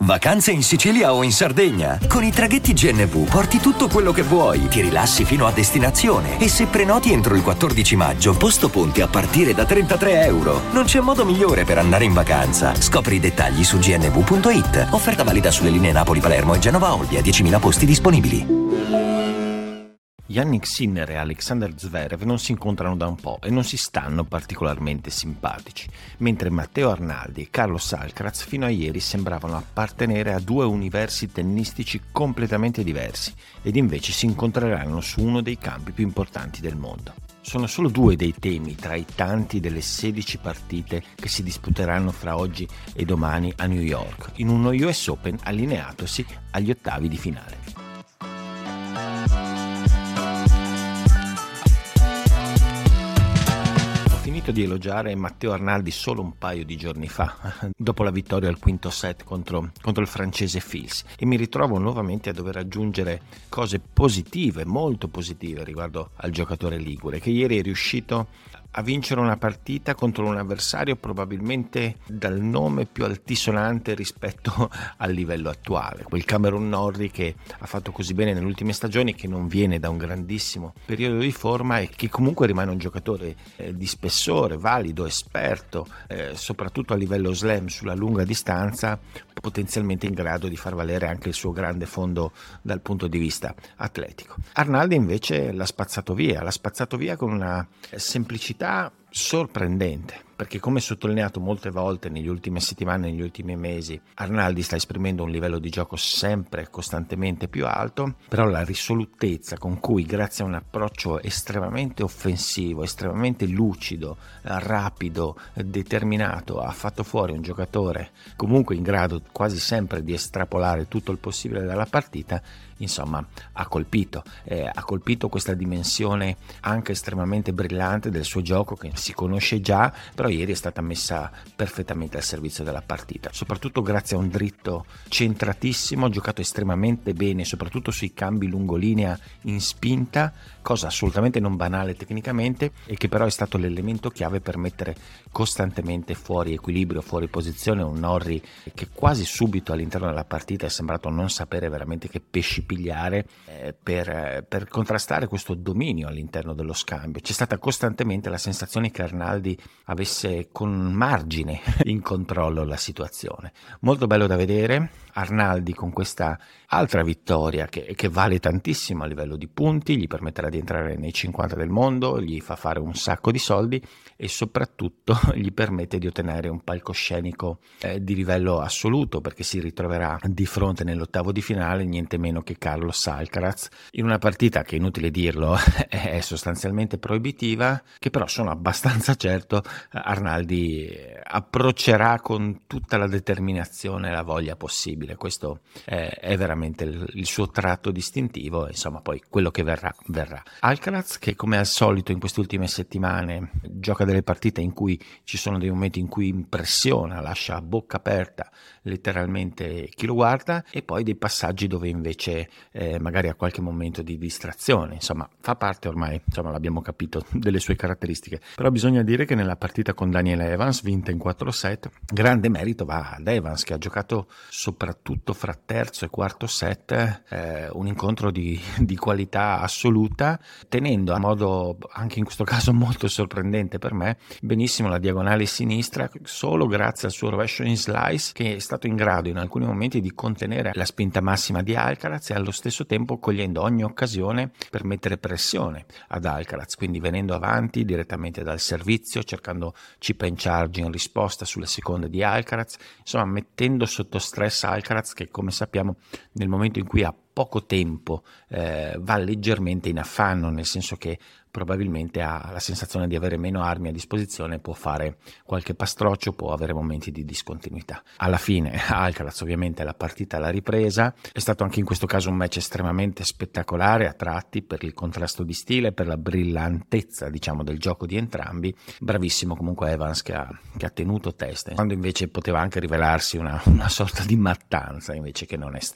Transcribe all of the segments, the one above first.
Vacanze in Sicilia o in Sardegna? Con i traghetti GNV porti tutto quello che vuoi, ti rilassi fino a destinazione e se prenoti entro il 14 maggio, posto ponti a partire da €33. Non c'è modo migliore per andare in vacanza. Scopri i dettagli su gnv.it. Offerta valida sulle linee Napoli-Palermo e Genova-Olbia, 10.000 posti disponibili. Jannik Sinner e Alexander Zverev non si incontrano da un po' e non si stanno particolarmente simpatici, mentre Matteo Arnaldi e Carlos Alcaraz fino a ieri sembravano appartenere a due universi tennistici completamente diversi ed invece si incontreranno su uno dei campi più importanti del mondo. Sono solo due dei temi tra i tanti delle 16 partite che si disputeranno fra oggi e domani a New York, in uno US Open allineatosi agli ottavi di finale. Di elogiare Matteo Arnaldi solo un paio di giorni fa, dopo la vittoria al quinto set contro il francese Fils, e mi ritrovo nuovamente a dover aggiungere cose positive, molto positive riguardo al giocatore ligure, che ieri è riuscito a vincere una partita contro un avversario probabilmente dal nome più altisonante rispetto al livello attuale, quel Cameron Norrie che ha fatto così bene nelle ultime stagioni, che non viene da un grandissimo periodo di forma e che comunque rimane un giocatore di spessore, valido, esperto, soprattutto a livello slam sulla lunga distanza, potenzialmente in grado di far valere anche il suo grande fondo dal punto di vista atletico. Arnaldi invece l'ha spazzato via con una semplicità sorprendente, perché come sottolineato molte volte negli ultime settimane, negli ultimi mesi, Arnaldi sta esprimendo un livello di gioco sempre costantemente più alto, però la risolutezza con cui, grazie a un approccio estremamente offensivo, estremamente lucido, rapido, determinato, ha fatto fuori un giocatore comunque in grado quasi sempre di estrapolare tutto il possibile dalla partita. Insomma, ha colpito questa dimensione anche estremamente brillante del suo gioco, che si conosce già, però ieri è stata messa perfettamente al servizio della partita, soprattutto grazie a un dritto centratissimo, giocato estremamente bene, soprattutto sui cambi lungolinea in spinta, cosa assolutamente non banale tecnicamente e che però è stato l'elemento chiave per mettere costantemente fuori equilibrio, fuori posizione un Norrie che quasi subito all'interno della partita è sembrato non sapere veramente che pesci pigliare per contrastare questo dominio all'interno dello scambio. C'è stata costantemente la sensazione che Arnaldi avesse con margine in controllo la situazione. Molto bello da vedere. Arnaldi con questa altra vittoria che vale tantissimo a livello di punti, gli permetterà di entrare nei 50 del mondo, gli fa fare un sacco di soldi e soprattutto gli permette di ottenere un palcoscenico di livello assoluto, perché si ritroverà di fronte nell'ottavo di finale niente meno che Carlos Alcaraz, in una partita che, inutile dirlo, è sostanzialmente proibitiva, che però sono abbastanza certo Arnaldi approccerà con tutta la determinazione e la voglia possibile. Questo è veramente il suo tratto distintivo, insomma poi quello che verrà. Alcaraz, che come al solito in queste ultime settimane gioca delle partite in cui ci sono dei momenti in cui impressiona, lascia a bocca aperta letteralmente chi lo guarda, e poi dei passaggi dove invece magari ha qualche momento di distrazione, insomma fa parte ormai, insomma l'abbiamo capito, delle sue caratteristiche. Però bisogna dire che nella partita con Daniel Evans, vinta in 4 set, grande merito va ad Evans, che ha giocato soprattutto fra terzo e quarto set un incontro di qualità assoluta, tenendo a modo anche in questo caso molto sorprendente per me benissimo la diagonale sinistra, solo grazie al suo rovescio in slice, che è stato in grado in alcuni momenti di contenere la spinta massima di Alcaraz e allo stesso tempo cogliendo ogni occasione per mettere pressione ad Alcaraz, quindi venendo avanti direttamente dal servizio, cercando chip and charge in risposta sulle seconde di Alcaraz, insomma mettendo sotto stress Alcaraz, che come sappiamo nel momento in cui ha poco tempo va leggermente in affanno, nel senso che probabilmente ha la sensazione di avere meno armi a disposizione, può fare qualche pastroccio, può avere momenti di discontinuità. Alla fine Alcaraz ovviamente la partita l'ha ripresa, è stato anche in questo caso un match estremamente spettacolare a tratti per il contrasto di stile, per la brillantezza diciamo del gioco di entrambi. Bravissimo comunque Evans che ha tenuto testa, quando invece poteva anche rivelarsi una sorta di mattanza invece che non è stata.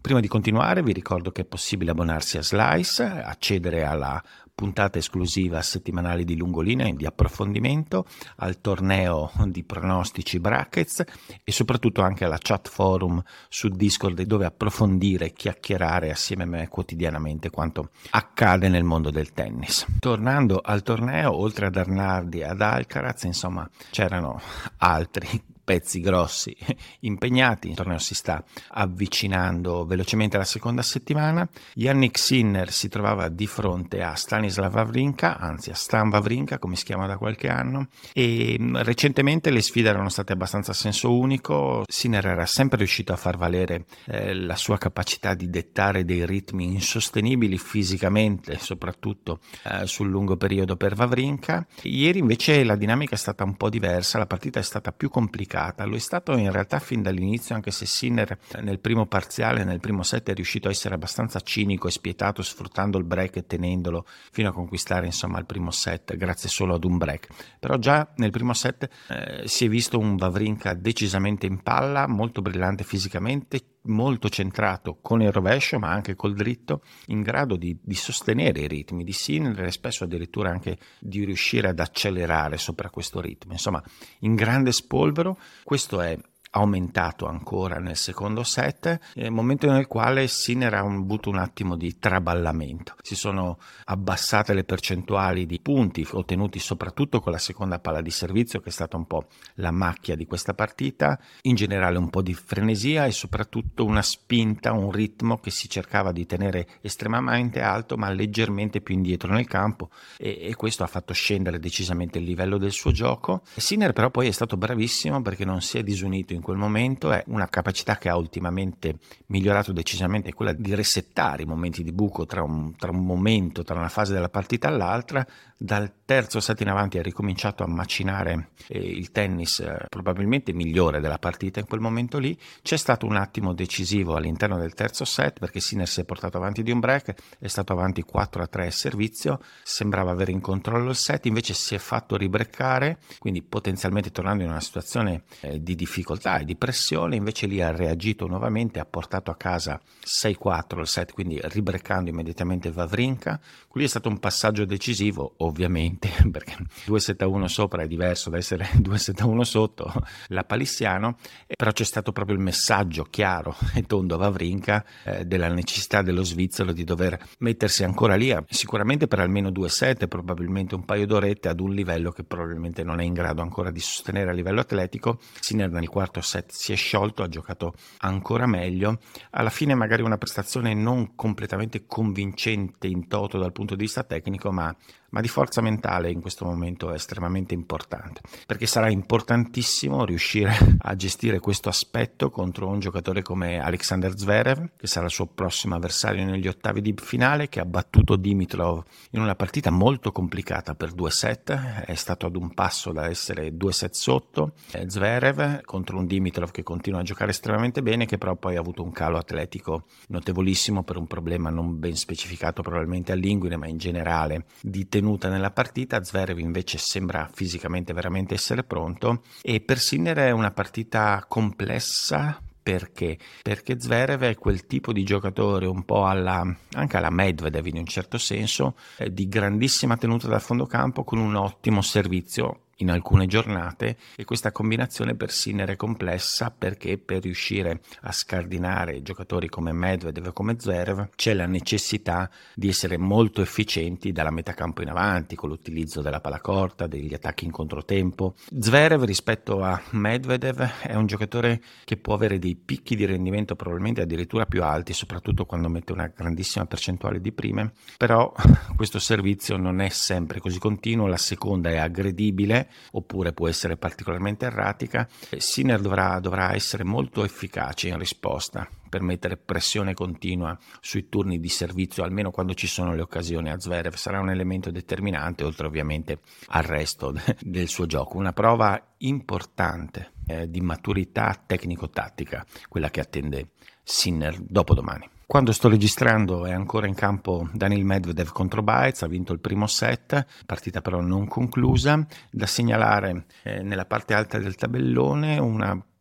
Prima di continuare vi ricordo che è possibile abbonarsi a Slice, accedere alla puntata esclusiva settimanali di Lungolinea di approfondimento, al torneo di pronostici brackets e soprattutto anche alla chat forum su Discord, dove approfondire e chiacchierare assieme a me quotidianamente quanto accade nel mondo del tennis. Tornando al torneo, oltre ad Arnaldi e ad Alcaraz, insomma, c'erano altri pezzi grossi impegnati. Il torneo si sta avvicinando velocemente alla seconda settimana. Jannik Sinner si trovava di fronte a Stanislav Wawrinka, anzi a Stan Wawrinka come si chiama da qualche anno, e recentemente le sfide erano state abbastanza a senso unico. Sinner era sempre riuscito a far valere la sua capacità di dettare dei ritmi insostenibili fisicamente, soprattutto sul lungo periodo per Wawrinka. Ieri invece la dinamica è stata un po' diversa, la partita è stata più complicata. Lo è stato in realtà fin dall'inizio, anche se Sinner nel primo parziale, nel primo set, è riuscito a essere abbastanza cinico e spietato, sfruttando il break e tenendolo fino a conquistare insomma il primo set grazie solo ad un break. Però già nel primo set si è visto un Wawrinka decisamente in palla, molto brillante fisicamente, molto centrato con il rovescio ma anche col dritto, in grado di sostenere i ritmi di Sinner e spesso addirittura anche di riuscire ad accelerare sopra questo ritmo. Insomma, in grande spolvero. Questo è aumentato ancora nel secondo set, momento nel quale Sinner ha avuto un attimo di traballamento. Si sono abbassate le percentuali di punti ottenuti soprattutto con la seconda palla di servizio, che è stata un po' la macchia di questa partita. In generale un po' di frenesia e soprattutto una spinta, un ritmo che si cercava di tenere estremamente alto ma leggermente più indietro nel campo, e questo ha fatto scendere decisamente il livello del suo gioco. Sinner però poi è stato bravissimo perché non si è disunito in quel momento. È una capacità che ha ultimamente migliorato decisamente, quella di resettare i momenti di buco tra un momento, tra una fase della partita all'altra. Dal terzo set in avanti ha ricominciato a macinare il tennis probabilmente migliore della partita in quel momento lì. C'è stato un attimo decisivo all'interno del terzo set perché Sinner si è portato avanti di un break, è stato avanti 4-3 a servizio, sembrava avere in controllo il set, invece si è fatto ribreccare, quindi potenzialmente tornando in una situazione di difficoltà e di pressione. Invece lì ha reagito nuovamente, ha portato a casa 6-4 il set, quindi ribreccando immediatamente Wawrinka. Qui è stato un passaggio decisivo, ovviamente, perché 2-7-1 sopra è diverso da essere 2-7-1 sotto la palissiano, però c'è stato proprio il messaggio chiaro e tondo a Wawrinka della necessità dello svizzero di dover mettersi ancora lì, sicuramente per almeno 2 set, probabilmente un paio d'orette, ad un livello che probabilmente non è in grado ancora di sostenere a livello atletico. Sinner nel quarto set si è sciolto, ha giocato ancora meglio. Alla fine magari una prestazione non completamente convincente in toto dal punto di vista tecnico, ma di forza mentale in questo momento è estremamente importante, perché sarà importantissimo riuscire a gestire questo aspetto contro un giocatore come Alexander Zverev, che sarà il suo prossimo avversario negli ottavi di finale, che ha battuto Dimitrov in una partita molto complicata per 2 set, è stato ad un passo da essere 2 set sotto Zverev, contro un Dimitrov che continua a giocare estremamente bene, che però poi ha avuto un calo atletico notevolissimo per un problema non ben specificato probabilmente all'inguine, ma in generale di tenuta nella partita. Zverev invece sembra fisicamente veramente essere pronto, e per Sinner è una partita complessa. Perché? Perché Zverev è quel tipo di giocatore un po' anche alla Medvedev in un certo senso, di grandissima tenuta dal fondo campo con un ottimo servizio in alcune giornate, e questa combinazione per Sinner è complessa perché per riuscire a scardinare giocatori come Medvedev e come Zverev c'è la necessità di essere molto efficienti dalla metà campo in avanti, con l'utilizzo della palla corta, degli attacchi in controtempo. Zverev rispetto a Medvedev è un giocatore che può avere dei picchi di rendimento probabilmente addirittura più alti, soprattutto quando mette una grandissima percentuale di prime, però questo servizio non è sempre così continuo, la seconda è aggredibile oppure può essere particolarmente erratica. Sinner dovrà essere molto efficace in risposta per mettere pressione continua sui turni di servizio, almeno quando ci sono le occasioni. A Zverev sarà un elemento determinante, oltre ovviamente al resto del suo gioco. Una prova importante di maturità tecnico-tattica, quella che attende Sinner dopodomani. Quando sto registrando è ancora in campo Daniil Medvedev contro Baez, ha vinto il primo set, partita però non conclusa. Da segnalare nella parte alta del tabellone una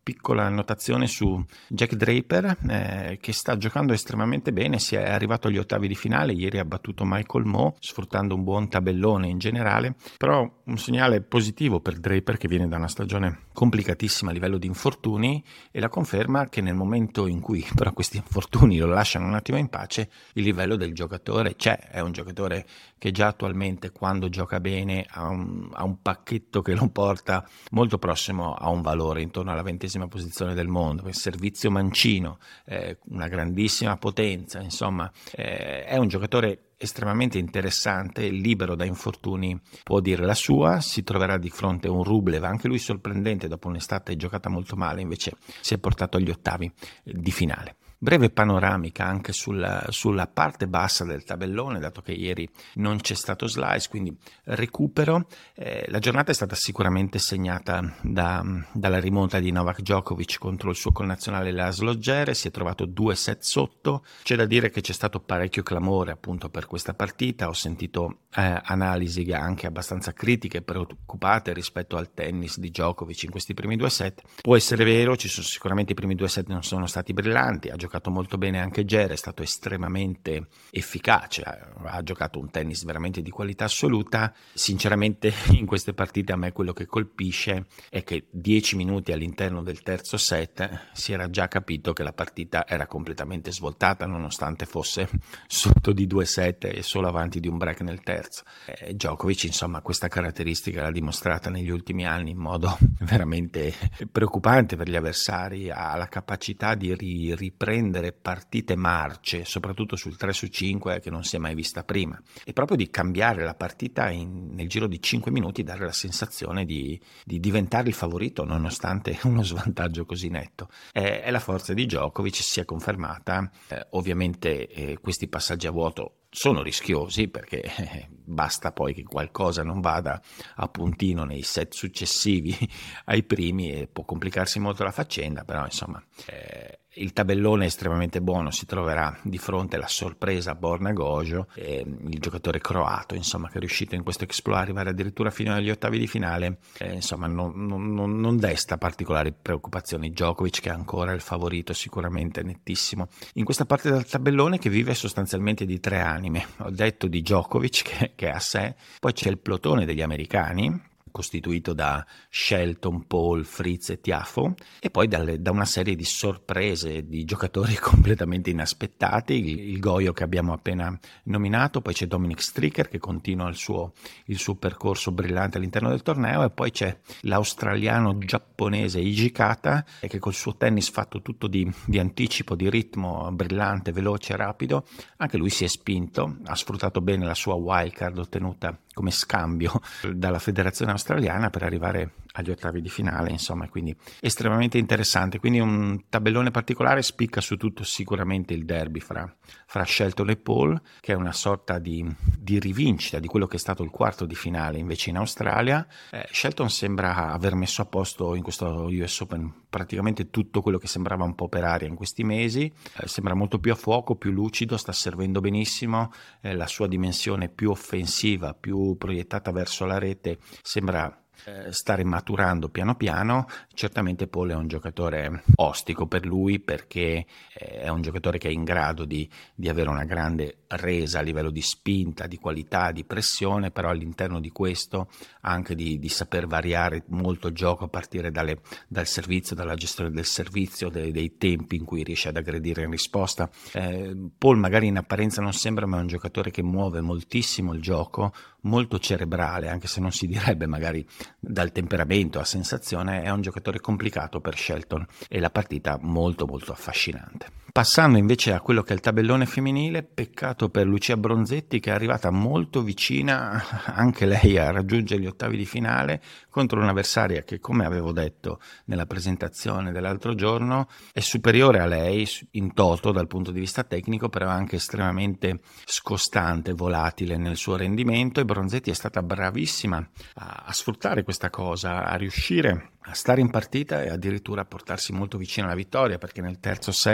piccola annotazione su Jack Draper, che sta giocando estremamente bene, si è arrivato agli ottavi di finale, ieri ha battuto Michael Mmoh sfruttando un buon tabellone in generale, però un segnale positivo per Draper che viene da una stagione complicatissima a livello di infortuni e la conferma che nel momento in cui però questi infortuni lo lasciano un attimo in pace, il livello del giocatore c'è, è un giocatore che già attualmente quando gioca bene ha un pacchetto che lo porta molto prossimo a un valore intorno alla 20ª posizione del mondo, il servizio mancino, una grandissima potenza, insomma è un giocatore estremamente interessante, libero da infortuni, può dire la sua, si troverà di fronte a un Rublev, anche lui sorprendente dopo un'estate giocata molto male, invece si è portato agli ottavi di finale. Breve panoramica anche sulla parte bassa del tabellone, dato che ieri non c'è stato slice, quindi recupero. La giornata è stata sicuramente segnata dalla rimonta di Novak Djokovic contro il suo connazionale Laslo Djere, si è trovato 2 set sotto. C'è da dire che c'è stato parecchio clamore appunto per questa partita, ho sentito analisi anche abbastanza critiche e preoccupate rispetto al tennis di Djokovic in questi primi 2 set. Può essere vero, sicuramente i primi 2 set non sono stati brillanti, ha giocato molto bene anche Djere, è stato estremamente efficace, ha giocato un tennis veramente di qualità assoluta. Sinceramente in queste partite a me quello che colpisce è che 10 minuti all'interno del terzo set si era già capito che la partita era completamente svoltata nonostante fosse sotto di 2 set e solo avanti di un break nel terzo. Djokovic insomma questa caratteristica l'ha dimostrata negli ultimi anni in modo veramente preoccupante per gli avversari, ha la capacità di riprendere partite marce, soprattutto sul 3-5 che non si è mai vista prima, e proprio di cambiare la partita nel giro di 5 minuti, dare la sensazione di diventare il favorito nonostante uno svantaggio così netto. È la forza di Djokovic, si è confermata. Ovviamente questi passaggi a vuoto sono rischiosi perché basta poi che qualcosa non vada a puntino nei set successivi ai primi e può complicarsi molto la faccenda, però insomma il tabellone è estremamente buono, si troverà di fronte alla sorpresa Borna Gojo, il giocatore croato insomma che è riuscito in questo exploit a arrivare addirittura fino agli ottavi di finale, insomma non desta particolari preoccupazioni. Djokovic che è ancora il favorito sicuramente nettissimo in questa parte del tabellone, che vive sostanzialmente di 3 anime. Ho detto di Djokovic che è a sé, poi c'è il plotone degli americani costituito da Shelton, Paul, Fritz e Tiafoe, e poi da una serie di sorprese di giocatori completamente inaspettati, il Gojo che abbiamo appena nominato, poi c'è Dominic Stricker che continua il suo percorso brillante all'interno del torneo, e poi c'è l'australiano giapponese Hijikata che col suo tennis fatto tutto di anticipo, di ritmo brillante, veloce e rapido, anche lui si è spinto, ha sfruttato bene la sua wildcard ottenuta come scambio dalla federazione australiana per arrivare agli ottavi di finale, insomma, quindi estremamente interessante. Quindi un tabellone particolare, spicca su tutto sicuramente il derby fra Shelton e Paul, che è una sorta di rivincita di quello che è stato il quarto di finale invece in Australia. Shelton sembra aver messo a posto in questo US Open praticamente tutto quello che sembrava un po' per aria in questi mesi, sembra molto più a fuoco, più lucido, sta servendo benissimo, la sua dimensione più offensiva, più proiettata verso la rete sembra stare maturando piano piano. Certamente Paul è un giocatore ostico per lui, perché è un giocatore che è in grado di avere una grande resa a livello di spinta, di qualità, di pressione, però all'interno di questo anche di saper variare molto il gioco a partire dal servizio, dalla gestione del servizio, dei tempi in cui riesce ad aggredire in risposta. Paul magari in apparenza non sembra, ma è un giocatore che muove moltissimo il gioco, molto cerebrale, anche se non si direbbe magari dal temperamento a sensazione. È un giocatore complicato per Shelton e la partita molto molto affascinante. Passando invece a quello che è il tabellone femminile, peccato per Lucia Bronzetti, che è arrivata molto vicina anche lei a raggiungere gli ottavi di finale contro un'avversaria che, come avevo detto nella presentazione dell'altro giorno, è superiore a lei in toto dal punto di vista tecnico, però anche estremamente scostante, volatile nel suo rendimento, e Bronzetti è stata bravissima a sfruttare questa cosa, a riuscire a stare in partita e addirittura a portarsi molto vicino alla vittoria, perché nel terzo set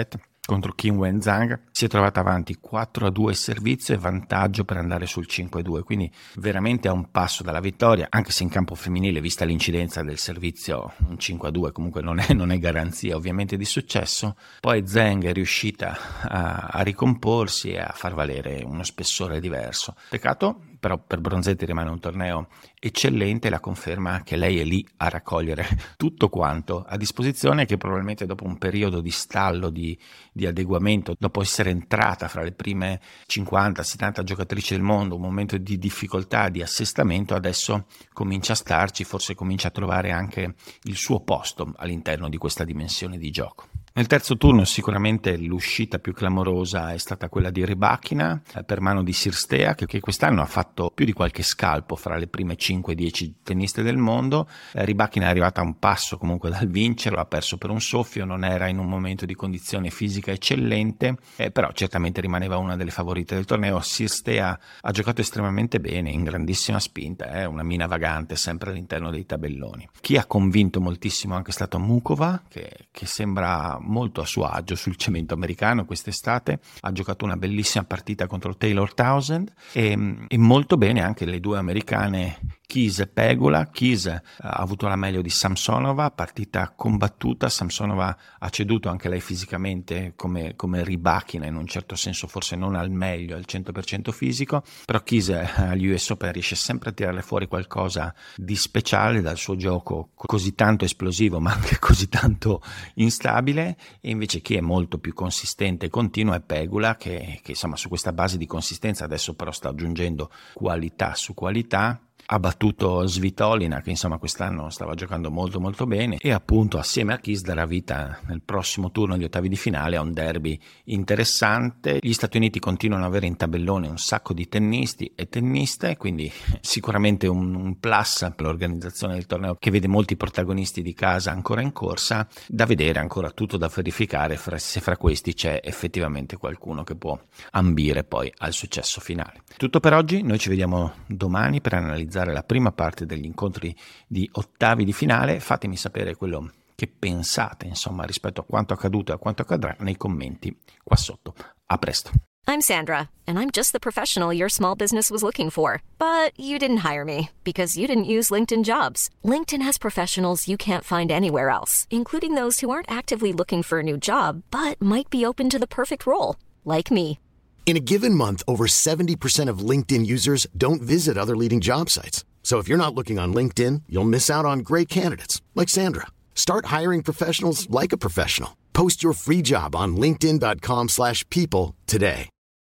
contro Qinwen Zhang, si è trovata avanti 4-2 servizio e vantaggio per andare sul 5-2, quindi veramente a un passo dalla vittoria, anche se in campo femminile, vista l'incidenza del servizio, un 5-2 comunque non è garanzia ovviamente di successo. Poi Zhang è riuscita a ricomporsi e a far valere uno spessore diverso. Peccato però per Bronzetti rimane un torneo eccellente, la conferma che lei è lì a raccogliere tutto quanto a disposizione, che probabilmente dopo un periodo di stallo, di adeguamento, dopo essere entrata fra le prime 50-70 giocatrici del mondo, un momento di difficoltà, di assestamento, adesso comincia a starci, forse comincia a trovare anche il suo posto all'interno di questa dimensione di gioco. Nel terzo turno sicuramente l'uscita più clamorosa è stata quella di Rybakina per mano di Cirstea, che quest'anno ha fatto più di qualche scalpo fra le prime 5-10 tenniste del mondo. Rybakina è arrivata a un passo comunque dal vincerlo, ha perso per un soffio, non era in un momento di condizione fisica eccellente, però certamente rimaneva una delle favorite del torneo. Cirstea ha giocato estremamente bene, in grandissima spinta, una mina vagante sempre all'interno dei tabelloni. Chi ha convinto moltissimo è anche stato Mukova, che sembra molto a suo agio sul cemento americano quest'estate, ha giocato una bellissima partita contro Taylor Townsend e molto bene anche le due americane Keys e Pegula. Keys ha avuto la meglio di Samsonova, partita combattuta. Samsonova ha ceduto anche lei fisicamente come Rybakina, in un certo senso forse non al meglio, al 100% fisico, però Keys agli US Open riesce sempre a tirare fuori qualcosa di speciale dal suo gioco così tanto esplosivo ma anche così tanto instabile, e invece chi è molto più consistente e continua è Pegula, che insomma su questa base di consistenza adesso però sta aggiungendo qualità su qualità. Ha battuto Svitolina, che insomma quest'anno stava giocando molto molto bene, e appunto assieme a Keys darà vita nel prossimo turno di ottavi di finale a un derby interessante. Gli Stati Uniti continuano ad avere in tabellone un sacco di tennisti e tenniste, quindi sicuramente un plus per l'organizzazione del torneo, che vede molti protagonisti di casa ancora in corsa. Da vedere, ancora tutto da verificare se fra questi c'è effettivamente qualcuno che può ambire poi al successo finale. Tutto per oggi, noi ci vediamo domani per analizzare la prima parte degli incontri di ottavi di finale. Fatemi sapere quello che pensate, insomma, rispetto a quanto accaduto e a quanto accadrà nei commenti qua sotto. A presto. I'm Sandra, and I'm just the professional your small business was looking for. But you didn't hire me because you didn't use LinkedIn Jobs. LinkedIn has professionals you can't find anywhere else, including those who aren't actively looking for a new job, but might be open to the perfect role, like me. In a given month, over 70% of LinkedIn users don't visit other leading job sites. So if you're not looking on LinkedIn, you'll miss out on great candidates like Sandra. Start hiring professionals like a professional. Post your free job on linkedin.com/people today.